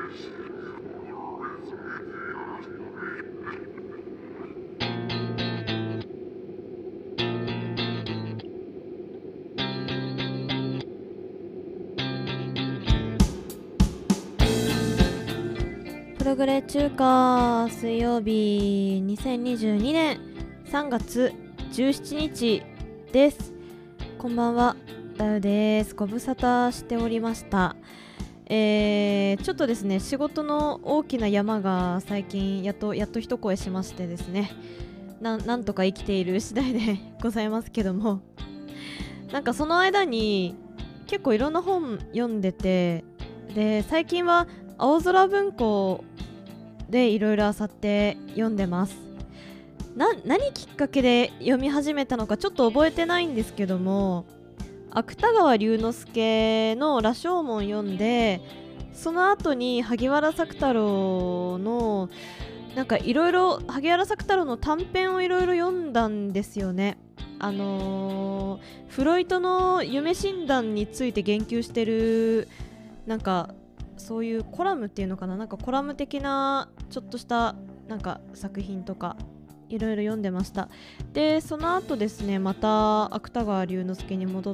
プログレ中華水曜日2022年3月17日です。こんばんは、ダウです。ご無沙汰しておりました。ちょっとですね、仕事の大きな山が最近やっと一声しましてですね、なんとか生きている次第でございますけども、なんかその間に結構いろんな本読んでて、で最近は青空文庫でいろいろ漁って読んでます。何きっかけで読み始めたのかちょっと覚えてないんですけども、芥川龍之介の羅生門読んで、その後に萩原作太郎のなんかいろいろ萩原作太郎の短編をいろいろ読んだんですよね。フロイトの夢診断について言及してるなんかそういうコラムっていうのかな、なんかコラム的なちょっとしたなんか作品とかいろいろ読んでました。でその後ですね、また芥川龍之介に戻って、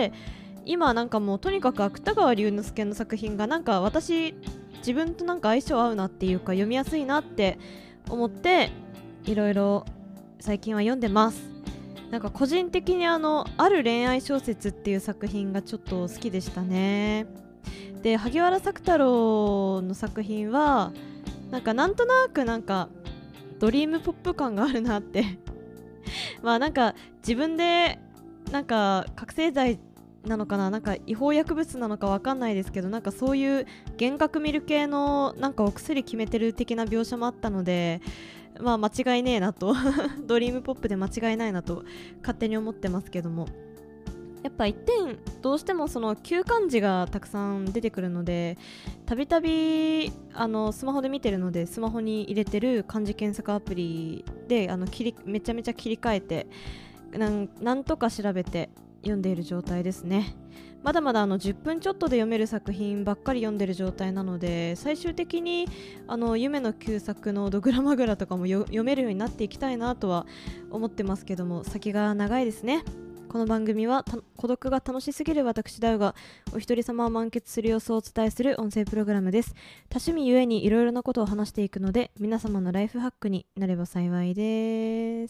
今なんかもうとにかく芥川龍之介の作品がなんか自分となんか相性合うなっていうか読みやすいなって思っていろいろ最近は読んでます。なんか個人的にある恋愛小説っていう作品がちょっと好きでしたね。で萩原作太郎の作品はなんとなくなんかドリームポップ感があるなってまあなんか自分でなんか覚醒剤なのかな、なんか違法薬物なのかわかんないですけど、なんかそういう幻覚見る系のなんかお薬決めてる的な描写もあったので、まあ間違いねえなとドリームポップで間違いないなと勝手に思ってますけども、やっぱ一点どうしてもその旧漢字がたくさん出てくるので、たびたびスマホで見てるので、スマホに入れてる漢字検索アプリでめちゃめちゃ切り替えてなんとか調べて読んでいる状態ですね。まだまだ10分ちょっとで読める作品ばっかり読んでる状態なので、最終的に夢の旧作のドグラマグラとかも読めるようになっていきたいなとは思ってますけども、先が長いですね。この番組は孤独が楽しすぎる私ダウがお一人様を満喫する様子をお伝えする音声プログラムです。多趣味ゆえにいろいろなことを話していくので、皆様のライフハックになれば幸いです。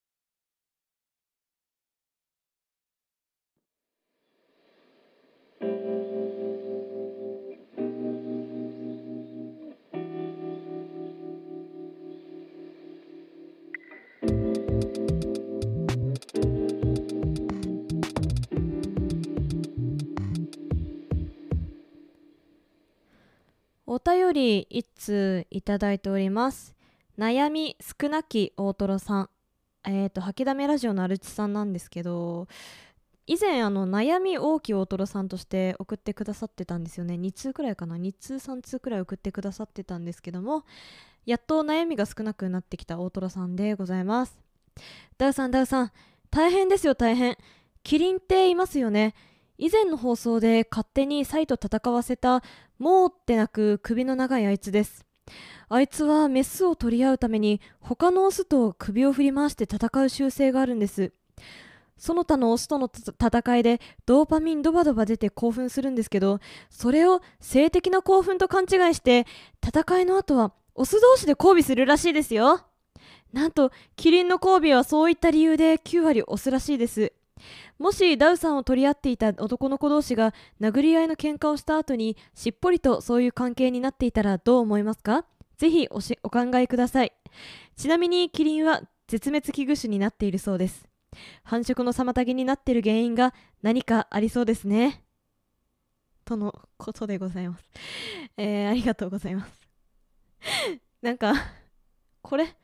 お便り1通いただいております。悩み少なき大トロさん、吐きだめラジオのアルチさんなんですけど、以前悩み大きい大トロさんとして送ってくださってたんですよね。2通くらいかな、2通3通くらい送ってくださってたんですけども、やっと悩みが少なくなってきた大トロさんでございます。ダウさん大変ですよ、大変。キリンっていますよね。以前の放送で勝手にサイと戦わせたもうってなく首の長いあいつです。あいつはメスを取り合うために他のオスと首を振り回して戦う習性があるんです。その他のオスとの戦いでドーパミンドバドバ出て興奮するんですけど、それを性的な興奮と勘違いして戦いの後はオス同士で交尾するらしいですよ。なんとキリンの交尾はそういった理由で9割オスらしいです。もしダウさんを取り合っていた男の子同士が殴り合いの喧嘩をした後にしっぽりとそういう関係になっていたらどう思いますか？ぜひお考えください。ちなみにキリンは絶滅危惧種になっているそうです。繁殖の妨げになっている原因が何かありそうですね、とのことでございます。ありがとうございます。なんかこれ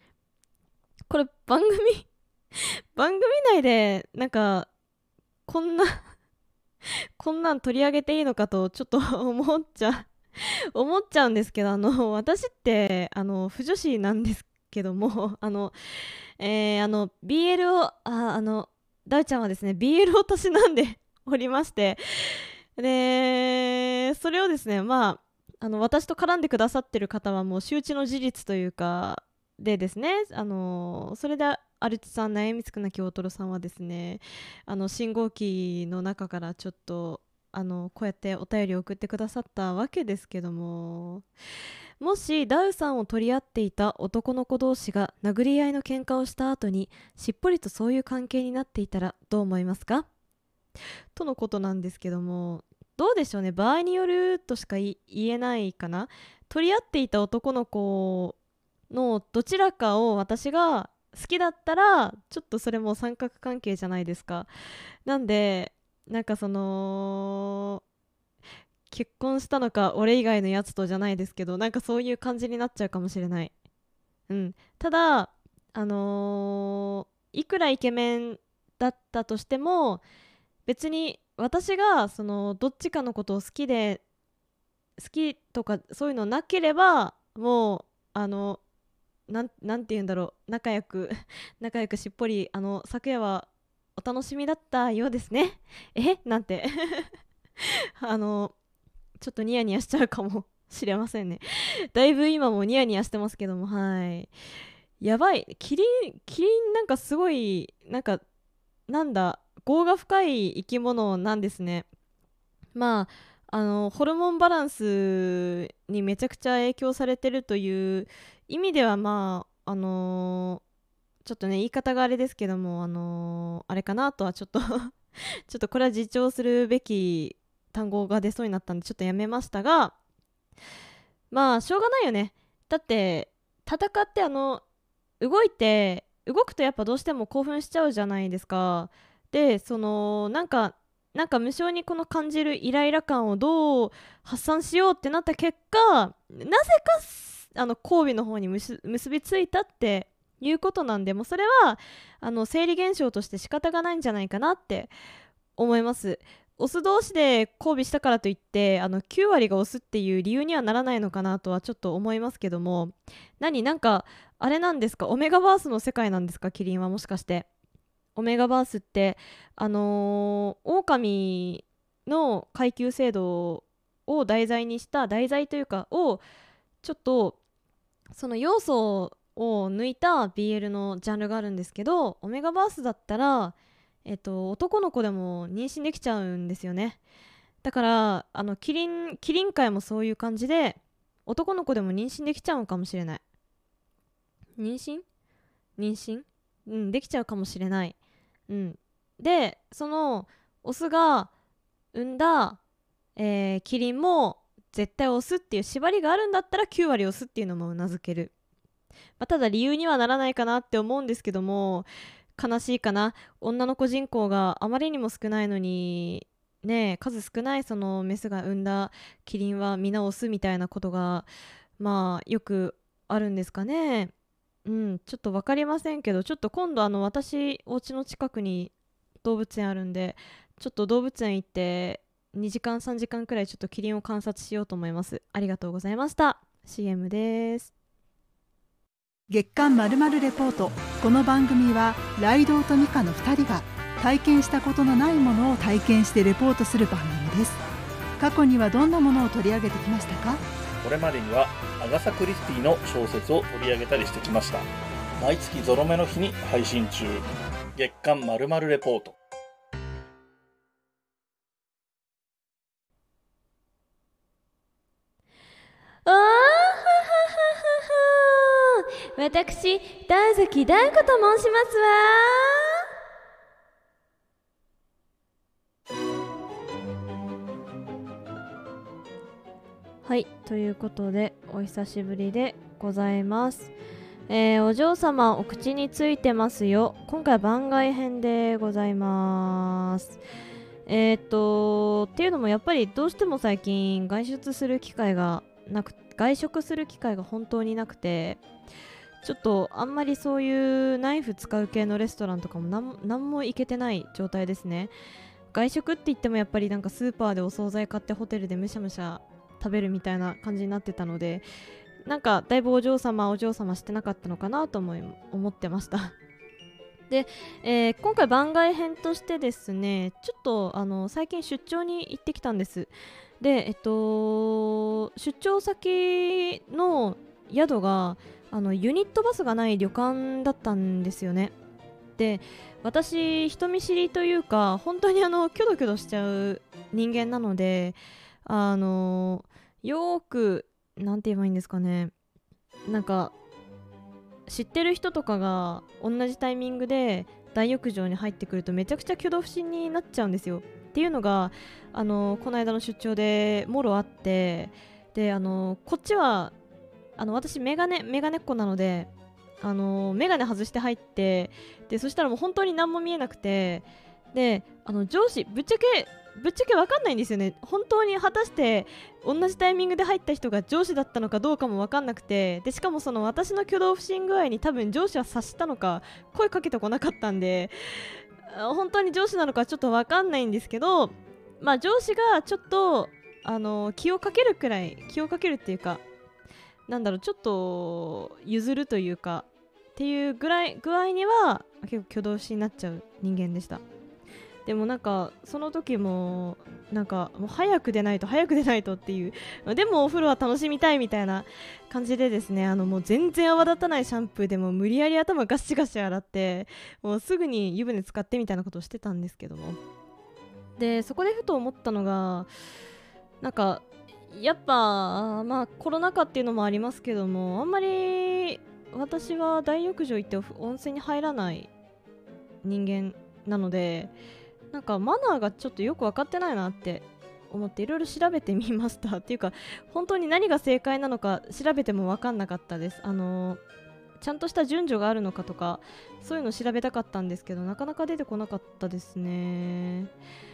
番組内でなんかこんなん取り上げていいのかとちょっと思っちゃうんですけど、私って腐女子なんですけども、BL をダウちゃんはですね BL をたしなんでおりまして、でそれをですね、ま私と絡んでくださってる方はもう周知の事実というかでですね、それでアルチさん、悩みつくなき大トロさんはですね、信号機の中からちょっとこうやってお便りを送ってくださったわけですけども、もしダウさんを取り合っていた男の子同士が殴り合いの喧嘩をした後にしっぽりとそういう関係になっていたらどう思いますか、とのことなんですけども、どうでしょうね。場合によるとしか言えないかな。取り合っていた男の子のどちらかを私が好きだったらちょっとそれも三角関係じゃないですか。なんでなんか結婚したのか俺以外のやつとじゃないですけど、なんかそういう感じになっちゃうかもしれない。ただいくらイケメンだったとしても、別に私がどっちかのことを好きとかそういうのなければ、もうなんて言うんだろう、仲良く仲良くしっぽり昨夜はお楽しみだったようですねなんてちょっとニヤニヤしちゃうかもしれませんね。だいぶ今もニヤニヤしてますけども、はい。やばい、キリンなんかすごい、なんだ、業が深い生き物なんですね。まあホルモンバランスにめちゃくちゃ影響されてるという意味では、ちょっとね、言い方があれですけども、あれかなとはちょっとちょっとこれは自重するべき単語が出そうになったんでちょっとやめましたが、まあしょうがないよね。だって戦って動くとやっぱどうしても興奮しちゃうじゃないですか。でなんか無性にこの感じるイライラ感をどう発散しようってなった結果、なぜか交尾の方に結びついたっていうことなんで、もうそれは生理現象として仕方がないんじゃないかなって思います。オス同士で交尾したからといって9割がオスっていう理由にはならないのかなとはちょっと思いますけども、なんかあれなんですか、オメガバースの世界なんですか、キリンは。もしかしてオメガバースって狼の階級制度を題材にした題材というかをちょっとその要素を抜いた BL のジャンルがあるんですけど、オメガバースだったら男の子でも妊娠できちゃうんですよね。だからキリン界もそういう感じで男の子でも妊娠できちゃうのかもしれない。妊娠できちゃうかもしれない。でそのオスが産んだ、キリンも絶対オスっていう縛りがあるんだったら9割オスっていうのもうなずける。ただ理由にはならないかなって思うんですけども、悲しいかな。女の子人口があまりにも少ないのにね、数少ないそのメスが産んだキリンは皆オスみたいなことがよくあるんですかね。ちょっと分かりませんけど、ちょっと今度私お家の近くに動物園あるんで、ちょっと動物園行って2時間3時間くらいちょっとキリンを観察しようと思います。ありがとうございました。 CM です。 月刊まるまるレポート。この番組はライドウとミカの2人が体験したことのないものを体験してレポートする番組です。過去にはどんなものを取り上げてきましたか？ これまでにはアガサ・クリスティの小説を取り上げたりしてきました。毎月ゾロ目の日に配信中、月刊まるまるレポート。 私、大崎大子と申しますわ。はい、ということでお久しぶりでございます。お嬢様お口についてますよ。今回番外編でございます。っていうのもやっぱりどうしても最近外食する機会が本当になくて、ちょっとあんまりそういうナイフ使う系のレストランとかもなんも行けてない状態ですね。外食って言ってもやっぱりなんかスーパーでお惣菜買ってホテルでむしゃむしゃ食べるみたいな感じになってたので、なんかだいぶお嬢様してなかったのかなと思ってましたで、今回番外編としてですね、ちょっと最近出張に行ってきたんです。 で出張先の宿がユニットバスがない旅館だったんですよね。で私人見知りというか本当にキョドキョドしちゃう人間なのでよーくなんて言えばいいんですかね、なんか知ってる人とかが同じタイミングで大浴場に入ってくるとめちゃくちゃ挙動不審になっちゃうんですよ。っていうのがこの間の出張でもろあって、でこっちは私メガネっ子なのでメガネ外して入って、でそしたらもう本当に何も見えなくて、で上司ぶっちゃけ分かんないんですよね。本当に果たして同じタイミングで入った人が上司だったのかどうかも分かんなくて、でしかもその私の挙動不審具合に多分上司は察したのか声かけてこなかったんで、本当に上司なのかちょっと分かんないんですけど、まあ上司がちょっと気をかけるっていうか、なんだろう、ちょっと譲るというかっていう具合には結構挙動不審になっちゃう人間でした。でもなんかその時もなんかもう早く出ないとっていう、でもお風呂は楽しみたいみたいな感じでですね、もう全然泡立たないシャンプーでも無理やり頭ガシガシ洗ってもうすぐに湯船使ってみたいなことをしてたんですけども、でそこでふと思ったのが、なんかやっぱまあコロナ禍っていうのもありますけども、あんまり私は大浴場行って温泉に入らない人間なので、なんかマナーがちょっとよく分かってないなって思っていろいろ調べてみましたっていうか、本当に何が正解なのか調べても分かんなかったです。ちゃんとした順序があるのかとかそういうの調べたかったんですけど、なかなか出てこなかったですね。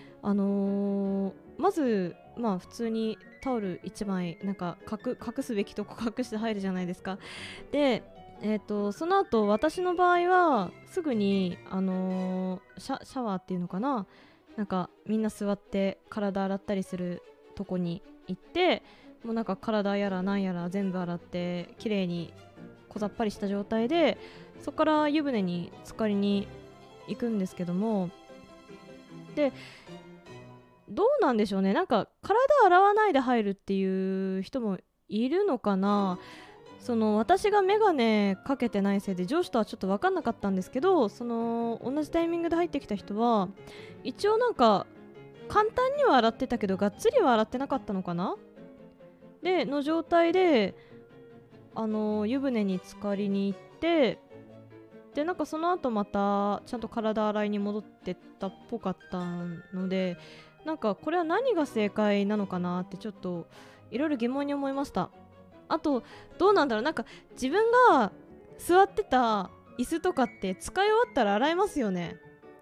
まずまあ普通にタオル1枚なんか隠すべきとこ隠して入るじゃないですか。でその後私の場合はすぐに、シャワーっていうのかな、なんかみんな座って体洗ったりするとこに行って、もうなんか体やらなんやら全部洗って綺麗に小ざっぱりした状態で、そこから湯船に浸かりに行くんですけども、でどうなんでしょうね、なんか体洗わないで入るっていう人もいるのかな。その私がメガネかけてないせいで上司とはちょっと分かんなかったんですけど、その同じタイミングで入ってきた人は一応なんか簡単には洗ってたけどがっつりは洗ってなかったのかな。での状態で湯船に浸かりに行って、でなんかその後またちゃんと体洗いに戻ってったっぽかったので、なんかこれは何が正解なのかなってちょっといろいろ疑問に思いました。あとどうなんだろう、なんか自分が座ってた椅子とかって使い終わったら洗えますよね。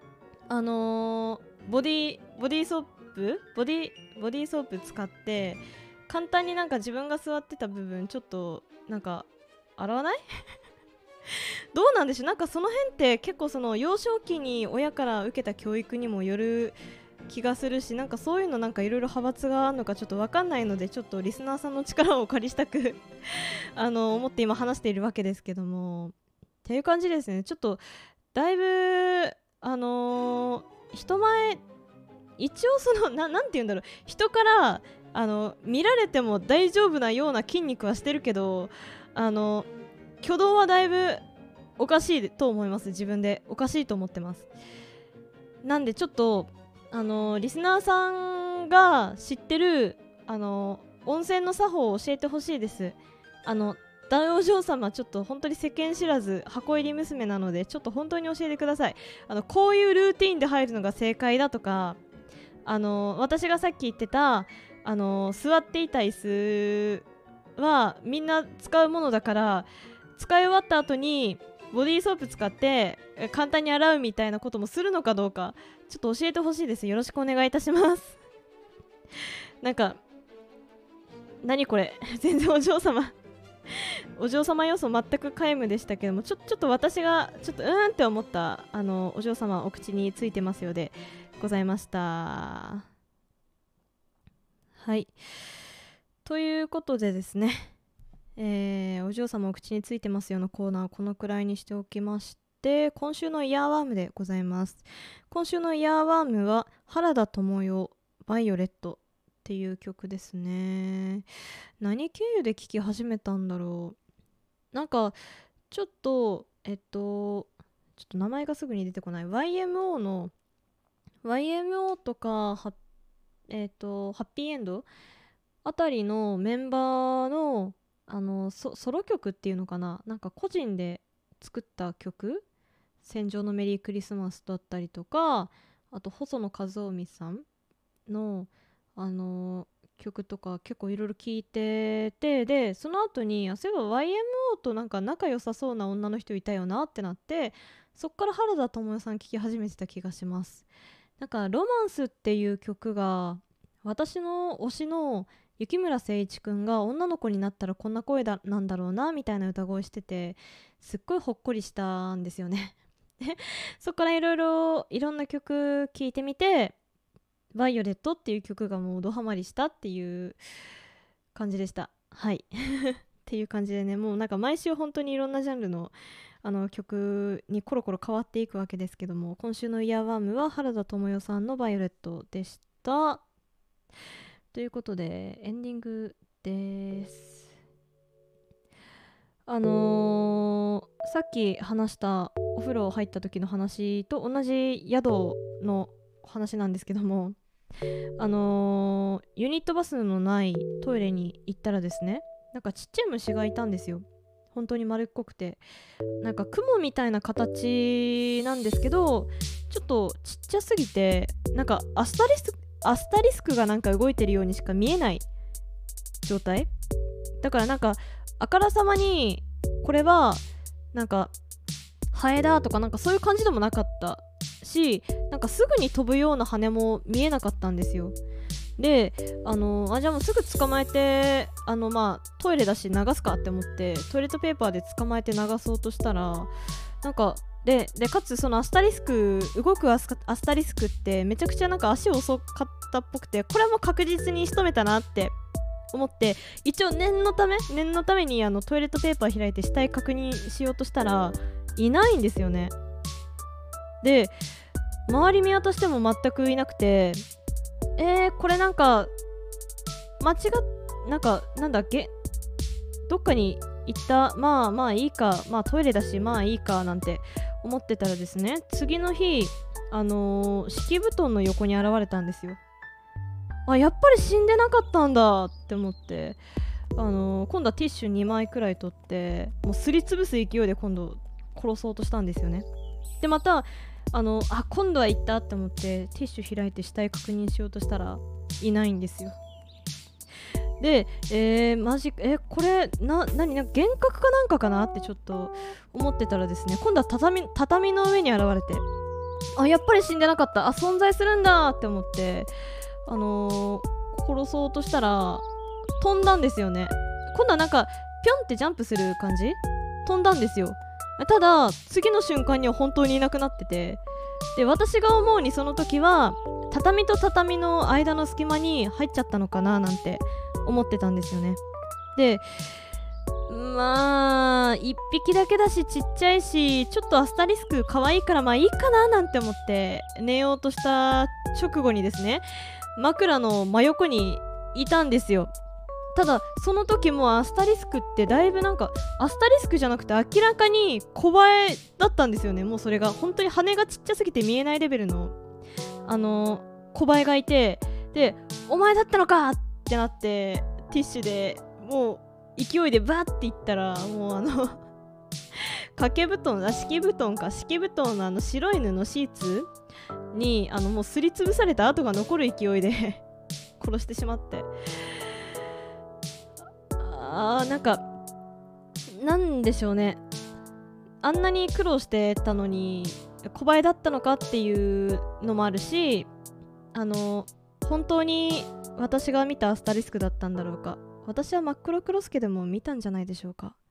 ボディーソープ使って簡単になんか自分が座ってた部分ちょっとなんか洗わないどうなんでしょう。なんかその辺って結構その幼少期に親から受けた教育にもよる気がするし、なんかそういうのなんかいろいろ派閥があるのかちょっと分かんないので、ちょっとリスナーさんの力をお借りしたく思って今話しているわけですけども、っていう感じですね。ちょっとだいぶ人前一応そのなんて言うんだろう、人から見られても大丈夫なような筋肉はしてるけど、挙動はだいぶおかしいと思います。自分でおかしいと思ってます。なんでちょっとリスナーさんが知ってる温泉の作法を教えてほしいです。大お嬢様ちょっと本当に世間知らず箱入り娘なので、ちょっと本当に教えてください。こういうルーティンで入るのが正解だとか、私がさっき言ってた座っていた椅子はみんな使うものだから、使い終わった後にボディーソープ使って簡単に洗うみたいなこともするのかどうかちょっと教えてほしいです。よろしくお願いいたしますなんか何これ全然お嬢様要素全く皆無でしたけども、ちょっと私がちょっとって思ったお嬢様お口についてますようでございました。はい、ということでですね、お嬢様お口についてますよのコーナーこのくらいにしておきまして、今週のイヤーワームでございます。今週のイヤーワームは原田知世バイオレットっていう曲ですね。何経由で聴き始めたんだろう。なんかちょっとちょっと名前がすぐに出てこない。 YMO とかハッピーエンドあたりのメンバーのソロ曲っていうのかな、なんか個人で作った曲、戦場のメリークリスマスだったりとか、あと細野和臣さんの曲とか結構いろいろ聴いてて、でその後にそういえば YMO となんか仲良さそうな女の人いたよなってなって、そっから原田知世さん聴き始めてた気がします。なんかロマンスっていう曲が、私の推しの雪村誠一くんが女の子になったらこんな声なんだろうなみたいな歌声してて、すっごいほっこりしたんですよね。でそっからいろんな曲聴いてみて、バイオレットっていう曲がもうドハマりしたっていう感じでした。はいっていう感じでね、もうなんか毎週本当にいろんなジャンルの曲にコロコロ変わっていくわけですけども、今週のイヤーワームは原田知世さんのバイオレットでした。ということでエンディングです。さっき話したお風呂入った時の話と同じ宿の話なんですけども、ユニットバスのないトイレに行ったらですね、なんかちっちゃい虫がいたんですよ。本当に丸っこくて、なんか雲みたいな形なんですけど、ちょっとちっちゃすぎて、なんかアスタリスクがなんか動いてるようにしか見えない状態だから、なんかあからさまにこれはなんかハエだとかなんかそういう感じでもなかったし、なんかすぐに飛ぶような羽も見えなかったんですよ。でじゃあもうすぐ捕まえてトイレだし流すかって思ってトイレットペーパーで捕まえて流そうとしたら、なんかでかつその動くアスタリスクってめちゃくちゃなんか足遅かったっぽくて、これはもう確実に仕留めたなって思って、一応念のためにトイレットペーパー開いて死体確認しようとしたらいないんですよね。で周り見渡しても全くいなくて、これなんかなんだっけ、どっかに行った、まあいいか、トイレだしまあいいかなんて思ってたらですね、次の日敷布団の横に現れたんですよ。やっぱり死んでなかったんだって思って、今度はティッシュ2枚くらい取ってもうすりつぶす勢いで今度殺そうとしたんですよね。でまた今度は行ったって思ってティッシュ開いて死体確認しようとしたらいないんですよ。でマジこれなんか幻覚かなんかかなってちょっと思ってたらですね、今度は畳の上に現れて、やっぱり死んでなかった、存在するんだって思って殺そうとしたら飛んだんですよね。今度はなんかピョンってジャンプする感じ飛んだんですよ。ただ次の瞬間には本当にいなくなってて、で私が思うにその時は畳と畳の間の隙間に入っちゃったのかななんて思ってたんですよね。で一匹だけだしちっちゃいしちょっとアスタリスク可愛いからいいかななんて思って寝ようとした直後にですね、枕の真横にいたんですよ。ただその時もアスタリスクってだいぶなんかアスタリスクじゃなくて明らかに小バエだったんですよね。もうそれが本当に羽がちっちゃすぎて見えないレベルの小バエがいて、でお前だったのかってなってティッシュでもう勢いでバーっていったら、もう敷布団の白い布シーツにもうすりつぶされた跡が残る勢いで殺してしまって、なんでしょうね、あんなに苦労してたのに小バエだったのかっていうのもあるし、本当に私が見たアスタリスクだったんだろうか、私は真っ黒クロスケでも見たんじゃないでしょうか。